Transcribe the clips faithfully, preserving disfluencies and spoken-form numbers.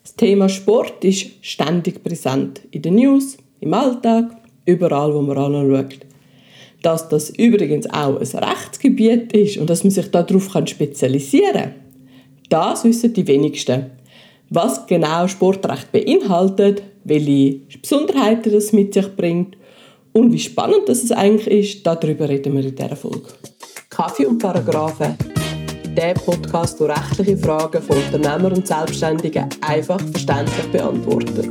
Das Thema Sport ist ständig präsent in den News, im Alltag, überall, wo man anschaut. Dass das übrigens auch ein Rechtsgebiet ist und dass man sich darauf spezialisieren kann, das wissen die wenigsten. Was genau Sportrecht beinhaltet, welche Besonderheiten das mit sich bringt und wie spannend das es eigentlich ist, darüber reden wir in dieser Folge. Kaffee und Paragraphen. Der Podcast, der rechtliche Fragen von Unternehmern und Selbstständigen einfach verständlich beantwortet.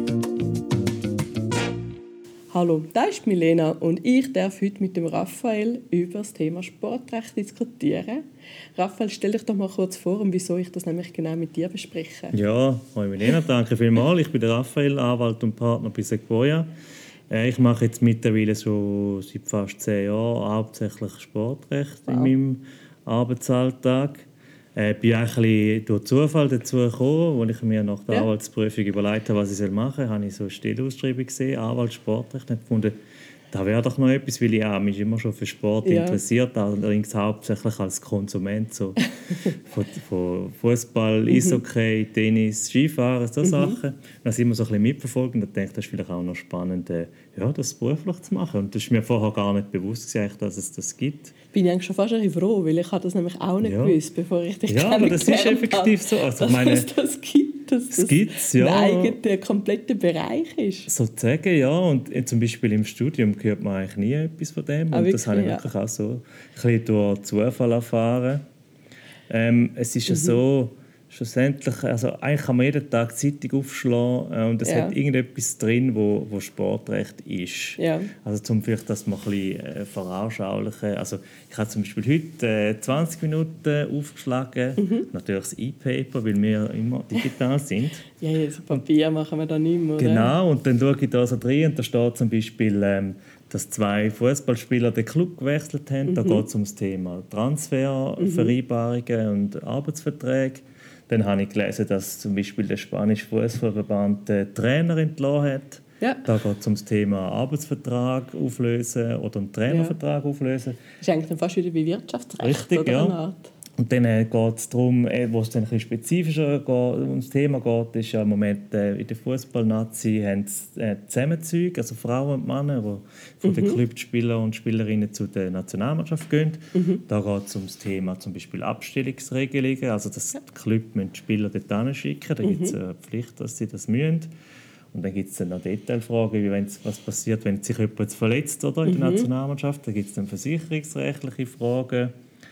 Hallo, das ist Milena und ich darf heute mit dem Raphael über das Thema Sportrecht diskutieren. Raphael, stell dich doch mal kurz vor, und wieso ich das nämlich genau mit dir bespreche. Ja, hallo Milena, danke vielmals. Ich bin der Raphael, Anwalt und Partner bei Sequoia. Ich mache jetzt mittlerweile so seit fast zehn Jahren hauptsächlich Sportrecht wow. in meinem Arbeitsalltag. Ich bin ein bisschen durch Zufall dazu gekommen, als ich mir nach der ja. Anwaltsprüfung überlegt habe, was ich machen soll. Habe ich so eine Stellausschreibung gesehen, Anwalt Sportrecht, und gefunden, da wäre doch noch etwas, weil ich auch mich immer schon für Sport ja. interessiert, allerdings hauptsächlich als Konsument so von, von Fußball, mhm. Eishockey, Tennis, Skifahren, so mhm. Sachen. Das immer so ein bisschen mitverfolgt und da denke ich, das ist vielleicht auch noch spannend, ja, das beruflich zu machen. Und das ist mir vorher gar nicht bewusst gewesen, dass es das gibt. Bin ich eigentlich schon fast ein bisschen froh, weil ich habe das nämlich auch nicht ja. gewusst, bevor ich dich ja, aber das ist effektiv so. Also, dass meine, es das gibt, dass das gibt's, ja. ein eigener, kompletter Bereich ist. Sozusagen, ja. Und zum Beispiel im Studium hört man eigentlich nie etwas von dem. Ah, und wirklich? Das habe ich wirklich ja. auch so ein bisschen durch Zufall erfahren. Ähm, es ist ja mhm. so, schlussendlich, also eigentlich kann man jeden Tag die Zeitung aufschlagen äh, und es ja. hat irgendetwas drin, wo, wo Sportrecht ist. Ja. Also zum vielleicht, dass man ein bisschen äh, veranschaulichen. Also ich habe zum Beispiel heute äh, zwanzig Minuten aufgeschlagen, mhm. natürlich das E-Paper, weil wir immer digital sind. Ja, ja, so Papier machen wir da nicht mehr, oder? Genau, und dann schaue ich da so drin und da steht zum Beispiel, ähm, dass zwei Fußballspieler den Club gewechselt haben. Mhm. Da geht es um das Thema Transfervereinbarungen mhm. und Arbeitsverträge. Dann habe ich gelesen, dass zum Beispiel der spanische Fußballverband den Trainer entlassen hat. Ja. Da geht es um das Thema Arbeitsvertrag auflösen oder einen Trainervertrag ja. auflösen. Das ist eigentlich fast wieder wie Wirtschaftsrecht. Richtig, oder ja. eine Art. Und dann äh, geht es darum, äh, wo es dann ein bisschen spezifischer geht, um das Thema geht, ist ja im Moment äh, in der Fußball-Nazi haben äh, Zusammenzüge, also Frauen und Männer, die von mhm. den Clubspielern und Spielerinnen zu der Nationalmannschaft gehen. Mhm. Da geht es um das Thema zum Beispiel Abstellungsregelungen, also dass ja. die Clubs die Spieler dorthin schicken, da mhm. gibt es eine Pflicht, dass sie das müssen. Und dann gibt es dann noch Detailfragen, wie was passiert, wenn sich jemand jetzt verletzt oder, in der mhm. Nationalmannschaft. Da gibt es dann versicherungsrechtliche Fragen.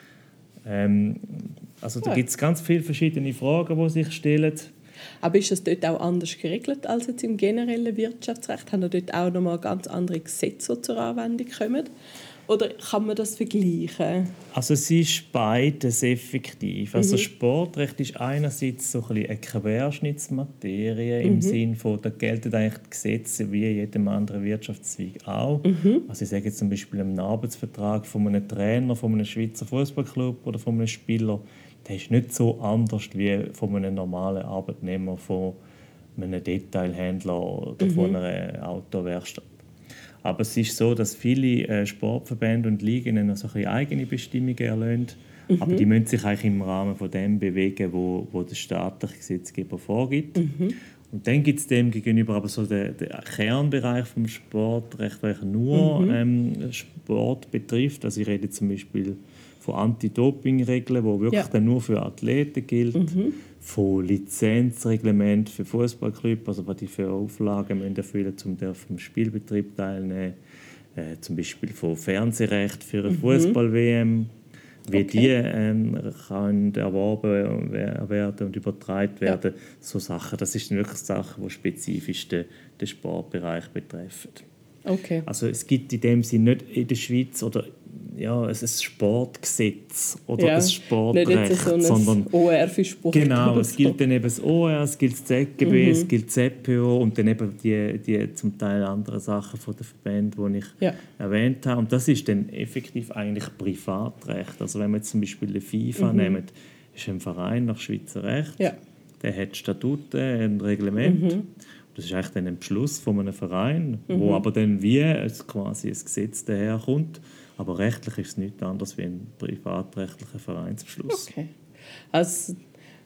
Ähm, also da ja. gibt es ganz viele verschiedene Fragen, die sich stellen. Aber ist das dort auch anders geregelt als jetzt im generellen Wirtschaftsrecht? Haben da dort auch nochmal ganz andere Gesetze, die zur Anwendung kommen? Oder kann man das vergleichen? Also es ist beides effektiv. Also mhm. Sportrecht ist einerseits so ein bisschen eine Querschnittsmaterie mhm. im Sinne von, da gelten eigentlich die Gesetze wie in jedem anderen Wirtschaftszweig auch. Mhm. Also ich sage jetzt zum Beispiel einen Arbeitsvertrag von einem Trainer, von einem Schweizer Fußballclub oder von einem Spieler, der ist nicht so anders wie von einem normalen Arbeitnehmer, von einem Detailhändler oder mhm. von einer Autowerkstatt. Aber es ist so, dass viele äh, Sportverbände und Ligen noch so ein bisschen eigene Bestimmungen erlassen. Mhm. Aber die müssen sich eigentlich im Rahmen von dem bewegen, wo, wo der staatliche Gesetzgeber vorgibt. Mhm. Und dann gibt es dem gegenüber aber so den, den Kernbereich des Sportrechts, der nur mhm. ähm, Sport betrifft. Also ich rede zum Beispiel von Anti-Doping-Regeln, die wirklich ja. dann nur für Athleten gilt, mhm. von Lizenzreglementen für Fußballclubs, also was die für Auflagen müssen erfüllen müssen, um am Spielbetrieb teilnehmen, äh, zum Beispiel von Fernsehrecht für eine mhm. Fußball-W M, wie okay. die ähm, kann erworben werden und übertragen werden. Ja. So Sachen, das sind wirklich Sachen, die spezifisch den, den Sportbereich betreffen. Okay. Also es gibt in dem Sinne nicht in der Schweiz oder ja, es ist ein Sportgesetz oder ja, ein Sportrecht, so ein sondern O R für Sport. Genau, es gilt dann eben das O R, es gilt das Z G B, mhm. es gilt das Z P O und dann eben die, die zum Teil anderen Sachen von den Verbänden, die ich ja. erwähnt habe. Und das ist dann effektiv eigentlich Privatrecht. Also wenn wir jetzt zum Beispiel die FIFA mhm. nehmen, ist ein Verein nach Schweizer Recht, ja. der hat Statuten, ein Reglement. Mhm. Das ist eigentlich dann ein Beschluss von einem Verein, mhm. wo aber dann wie es quasi ein Gesetz daherkommt. Aber rechtlich ist es nichts anderes wie ein privatrechtlicher Vereinsbeschluss. Okay. Also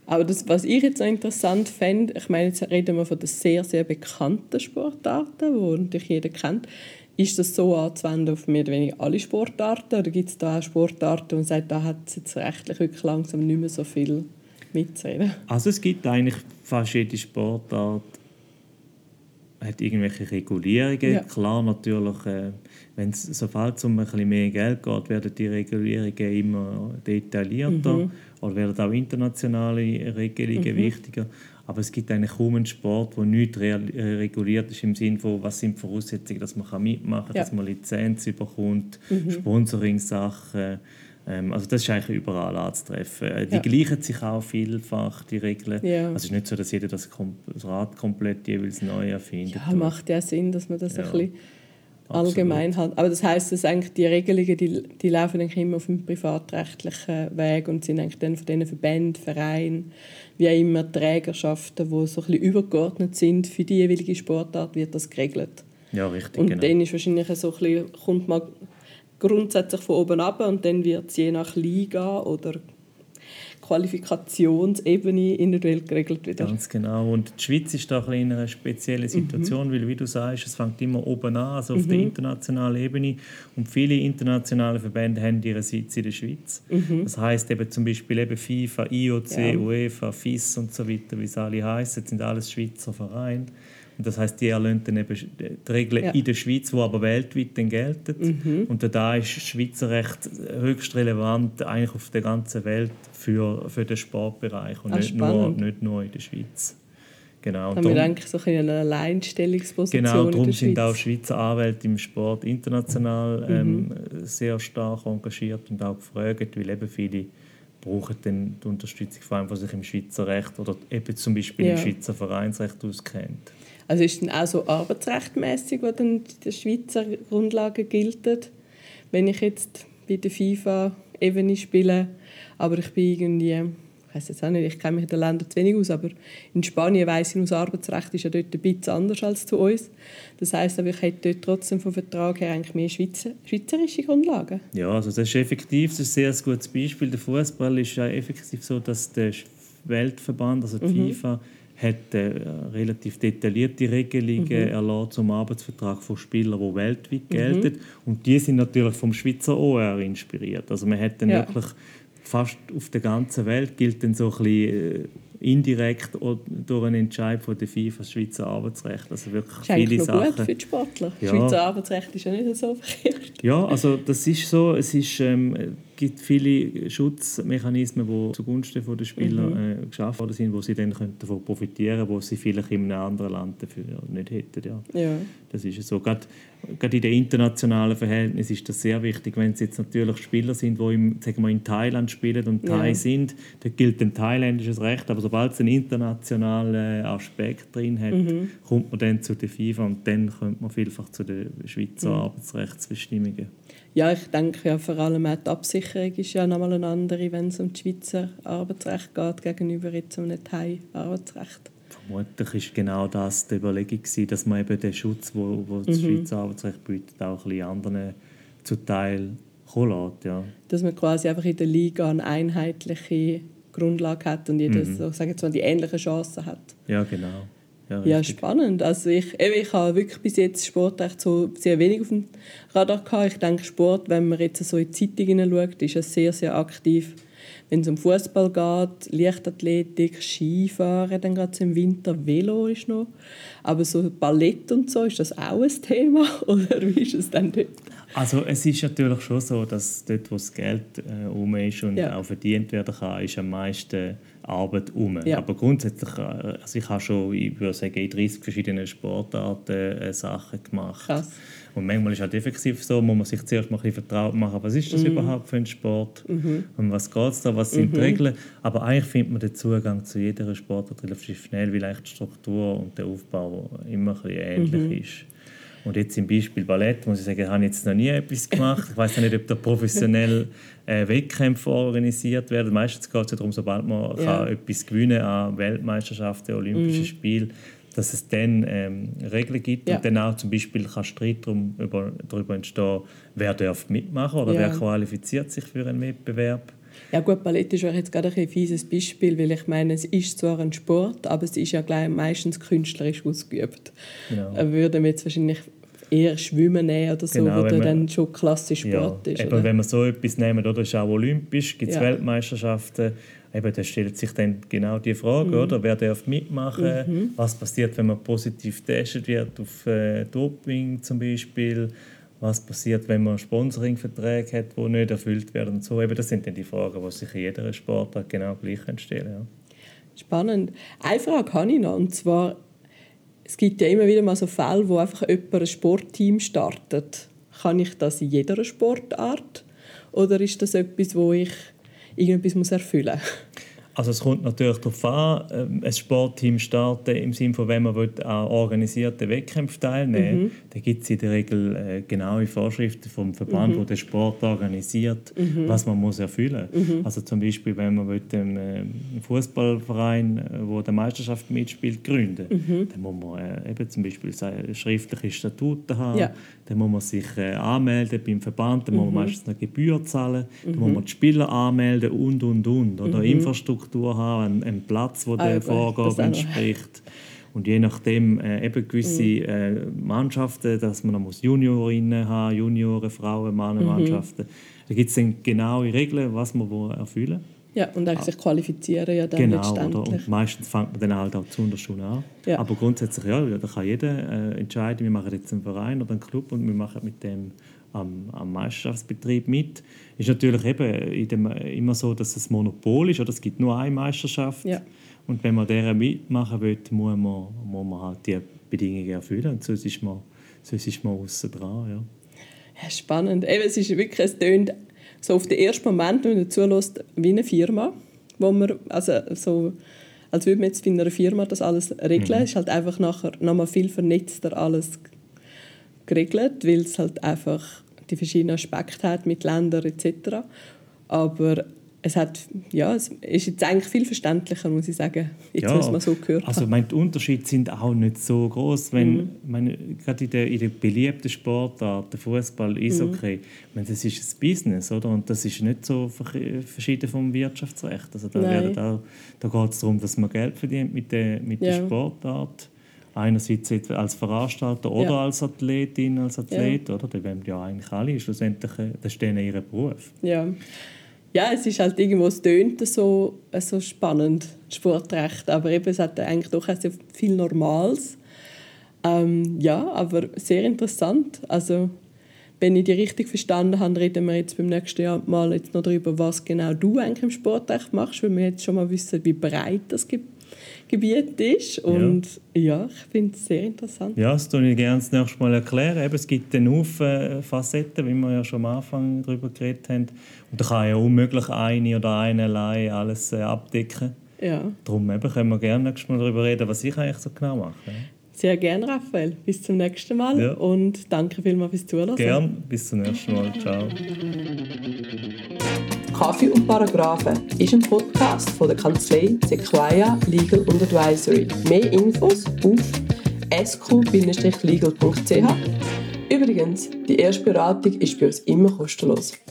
Aber das, was ich jetzt noch interessant fände, ich meine, jetzt reden wir von den sehr, sehr bekannten Sportarten, die natürlich jeder kennt. Ist das so anzuwenden auf mehr oder weniger alle Sportarten? Oder gibt es da auch Sportarten, wo man sagt, da hat es jetzt rechtlich wirklich langsam nicht mehr so viel mitzureden? Also es gibt eigentlich fast jede Sportart hat irgendwelche Regulierungen. Ja. Klar, natürlich, äh, wenn es sobald es um ein bisschen mehr Geld geht, werden die Regulierungen immer detaillierter mhm. oder werden auch internationale Regelungen mhm. wichtiger. Aber es gibt eigentlich kaum einen Sport, der nicht reguliert ist im Sinne von, was sind die Voraussetzungen, dass man mitmachen kann, ja. dass man Lizenz bekommt, mhm. Sponsoring-Sachen. Ähm, also das ist eigentlich überall anzutreffen. Die ja. gleichen sich auch vielfach, die Regeln. Ja. Also es ist nicht so, dass jeder das, das Rad komplett jeweils neu erfindet. Ja, macht ja Sinn, dass man das ja. ein bisschen allgemein hat. Aber das heisst, dass eigentlich die Regelungen, die, die laufen eigentlich immer auf dem privatrechtlichen Weg und sind eigentlich dann von diesen Verbänden, Vereinen, wie auch immer Trägerschaften, die so ein bisschen übergeordnet sind für die jeweilige Sportart, wird das geregelt. Ja, richtig, und genau. dann ist wahrscheinlich so ein bisschen, kommt man grundsätzlich von oben ab und dann wird es je nach Liga oder Qualifikationsebene individuell geregelt wieder. Ganz genau. Und die Schweiz ist da in einer speziellen Situation, mhm. weil, wie du sagst, es fängt immer oben an, also auf mhm. der internationalen Ebene. Und viele internationale Verbände haben ihren Sitz in der Schweiz. Mhm. Das heisst eben zum Beispiel eben FIFA, I O C, ja. UEFA, F I S und so weiter, wie sie alle heissen, sind alles Schweizer Vereine. Und das heisst, die erlassen dann eben die Regeln ja. in der Schweiz, die aber weltweit dann gelten. Mhm. Und da ist Schweizer Recht höchst relevant eigentlich auf der ganzen Welt für, für den Sportbereich und ah, nicht, nur, nicht nur in der Schweiz. Genau. Da haben wir eigentlich so eine Alleinstellungsposition genau, in darum der sind Schweiz. auch Schweizer Anwälte im Sport international ähm, mhm. sehr stark engagiert und auch gefragt, weil eben viele brauchen dann die Unterstützung, vor allem, die sich im Schweizer Recht oder eben zum Beispiel ja. im Schweizer Vereinsrecht auskennt. Also ist dann auch so arbeitsrechtmäßig, wo dann die Schweizer Grundlagen gelten, wenn ich jetzt bei der FIFA-Ebene spiele, aber ich bin irgendwie, ich weiss jetzt auch nicht, ich kenne mich in den Ländern zu wenig aus, aber in Spanien weiss ich, das Arbeitsrecht ist ja dort ein bisschen anders als zu uns. Das heisst aber, ich hätte dort trotzdem vom Vertrag her eigentlich mehr Schweizer, schweizerische Grundlagen. Ja, also das ist effektiv, das ist ein sehr gutes Beispiel. Der Fußball ist ja effektiv so, dass der Weltverband, also die mhm. FIFA, hat äh, relativ detaillierte Regelungen mhm. erlassen zum Arbeitsvertrag von Spielern, die weltweit gelten. Mhm. Und die sind natürlich vom Schweizer O R inspiriert. Also man hat dann ja. wirklich fast auf der ganzen Welt gilt dann so ein bisschen äh, indirekt durch einen Entscheid von der FIFA das Schweizer Arbeitsrecht. Also wirklich das ist viele eigentlich Sachen. Gut für die Sportler. Ja. Das Schweizer Arbeitsrecht ist ja nicht so verkehrt. Ja, also das ist so. Es ist, ähm, gibt viele Schutzmechanismen, die zugunsten der Spieler mhm. äh, geschaffen worden sind, wo sie dann davon profitieren können, wo sie vielleicht in einem anderen Land dafür nicht hätten. Ja. Ja. Das ist so. Gerade, gerade in den internationalen Verhältnissen ist das sehr wichtig. Wenn es jetzt natürlich Spieler sind, die im, sagen wir, in Thailand spielen und Thai ja. sind, dann gilt ein thailändisches Recht. Aber sobald es einen internationalen Aspekt drin hat, mhm. kommt man dann zu der FIFA und dann kommt man vielfach zu den Schweizer mhm. Arbeitsrechtsbestimmungen. Ja, ich denke ja, vor allem auch die Absicherung ist ja nochmal eine andere, wenn es um das Schweizer Arbeitsrecht geht, gegenüber jetzt um ein Thai-Arbeitsrecht. Vermutlich war genau das die Überlegung, dass man eben den Schutz, den das mhm. Schweizer Arbeitsrecht bietet, auch ein bisschen anderen zuteil kommen lässt. Ja. Dass man quasi einfach in der Liga eine einheitliche Grundlage hat und jeder mhm. so, sagen wir mal, die ähnlichen Chancen hat. Ja, genau. Ja, ja, spannend. Also ich, ich habe wirklich bis jetzt Sportrecht so sehr wenig auf dem Radar gehabt. Ich denke, Sport, wenn man jetzt so in die Zeitung hineinschaut, ist ja sehr, sehr aktiv. Wenn es um Fußball geht, Leichtathletik, Skifahren, dann geht es im Winter, Velo ist noch. Aber so Ballett und so, ist das auch ein Thema? Oder wie ist es denn dort? Also es ist natürlich schon so, dass dort, wo das Geld äh, rum ist und ja. auch verdient werden kann, ist am meisten Arbeit rum. Ja. Aber grundsätzlich, also ich habe schon, ich würde sagen, in dreißig verschiedenen Sportarten äh, Sachen gemacht. Krass. Und manchmal ist es halt effektiv so, muss man sich zuerst mal ein bisschen vertraut machen, was ist das mhm. überhaupt für ein Sport mhm. und was geht es da, was sind mhm. die Regeln. Aber eigentlich findet man den Zugang zu jeder Sportart relativ schnell, weil eigentlich die Struktur und der Aufbau immer ein bisschen ähnlich mhm. ist. Und jetzt im Beispiel Ballett, muss ich sagen, habe ich jetzt noch nie etwas gemacht. Ich weiß nicht, ob da professionell äh, Wettkämpfe organisiert werden. Meistens geht es ja darum, sobald man ja. kann etwas gewinnen an Weltmeisterschaften, Olympischen mhm. Spielen, dass es dann ähm, Regeln gibt ja. und dann auch zum Beispiel kann Streit darum, über, darüber entstehen, wer darf mitmachen oder ja. wer qualifiziert sich für einen Wettbewerb. Ja gut, Ballett ist jetzt gerade ein fieses Beispiel, weil ich meine, es ist zwar ein Sport, aber es ist ja gleich meistens künstlerisch ausgeübt. Genau. Würde man jetzt wahrscheinlich eher Schwimmen nehmen oder so, genau, wo man, dann schon klassisch Sport ja, ist. Eben, oder? Wenn man so etwas nimmt, oder ist auch olympisch, gibt es ja. Weltmeisterschaften, eben, da stellt sich dann genau die Frage, mhm. oder? Wer darf mitmachen? Mhm. Was passiert, wenn man positiv getestet wird auf äh, Doping zum Beispiel? Was passiert, wenn man Sponsoringverträge hat, die nicht erfüllt werden und so. Eben, das sind dann die Fragen, die sich in jeder Sportart genau gleich stellen. Ja. Spannend. Eine Frage habe ich noch, und zwar, es gibt ja immer wieder mal so Fälle, wo einfach jemand ein Sportteam startet. Kann ich das in jeder Sportart? Oder ist das etwas, wo ich irgendetwas erfüllen muss? Also es kommt natürlich darauf an, ein Sportteam starten im Sinne von, wenn man an organisierten Wettkämpfen teilnehmen will, mhm. dann gibt es in der Regel äh, genaue Vorschriften vom Verband, mhm. der den Sport organisiert, mhm. was man muss erfüllen muss. Mhm. Also zum Beispiel, wenn man einen äh, Fußballverein, der der Meisterschaft mitspielt, gründen mhm. dann muss man äh, eben zum Beispiel schriftliche Statuten haben, ja. dann muss man sich äh, anmelden beim Verband, dann mhm. muss man meistens eine Gebühr zahlen, mhm. dann muss man die Spieler anmelden und, und, und. Oder mhm. Infrastruktur haben, einen Platz, der den Vorgaben entspricht. Und je nachdem äh, eben gewisse äh, Mannschaften, dass man noch Juniorinnen haben, Junioren, Frauen, Mannschaften. Mhm. Da gibt es dann genaue Regeln, was man erfüllen will. Ja, und eigentlich sich qualifizieren ja dann genau, letztendlich. Oder? Und meistens fängt man dann halt auch zu Unterschulen an. Ja. Aber grundsätzlich, ja, da kann jeder äh, entscheiden, wir machen jetzt einen Verein oder einen Club und wir machen mit dem am, am Meisterschaftsbetrieb mit. Ist natürlich eben in dem, immer so, dass es ein Monopol ist, oder? Es gibt nur eine Meisterschaft. Ja. Und wenn man dieser mitmachen will, muss man, muss man halt die Bedingungen erfüllen. Und sonst ist man, sonst ist man aussen dran. Ja. Ja, spannend. Eben, es ist wirklich, es tönt so auf den ersten Moment, wenn man zulässt, wie eine Firma, wo man, also so, als würde man jetzt in einer Firma das alles regeln. Mhm. Es ist halt einfach nachher nochmal viel vernetzter alles geregelt, weil es halt einfach die verschiedenen Aspekte hat mit Ländern et cetera. Aber es hat, ja, es ist jetzt eigentlich viel verständlicher, muss ich sagen, jetzt, ja, was man so gehört also, hat. Meine, die Unterschiede sind auch nicht so groß, wenn mhm. meine, gerade in den, in den beliebten Sportarten, Fußball, Eishockey, mhm. meine, das ist ein Business, oder? Und das ist nicht so verschieden vom Wirtschaftsrecht. Also da werden auch, da geht es darum, dass man Geld verdient mit der, mit ja. der Sportart. Einerseits als Veranstalter oder ja. als Athletin, als Athlet, ja. oder? Die wollen ja eigentlich alle schlussendlich, das ist denen ihr Beruf. Ja. Ja, es ist halt irgendwo, es tönt so, so spannend, Sportrecht, aber eben, es hat eigentlich doch sehr viel Normales. Ähm, ja, aber sehr interessant. Also, wenn ich die richtig verstanden habe, reden wir jetzt beim nächsten Jahr mal jetzt noch darüber, was genau du eigentlich im Sportrecht machst, weil wir jetzt schon mal wissen, wie breit das Ge- Gebiet ist. Und ja, ja ich finde es sehr interessant. Ja, das würde ich gerne das nächste Mal erklären. Eben, es gibt einen Haufen Facetten, wie wir ja schon am Anfang darüber geredet haben. Und da kann ja unmöglich eine oder eine allein alles äh, abdecken. Ja. Darum eben können wir gerne nächstes Mal darüber reden, was ich eigentlich so genau mache. Sehr gerne, Raphael. Bis zum nächsten Mal ja. und danke vielmals fürs Zuhören. Gerne, bis zum nächsten Mal. Ciao. Kaffee und Paragraphen ist ein Podcast von der Kanzlei Sequoia Legal und Advisory. Mehr Infos auf s q legal punkt c h. Übrigens, die erste Beratung ist bei uns immer kostenlos.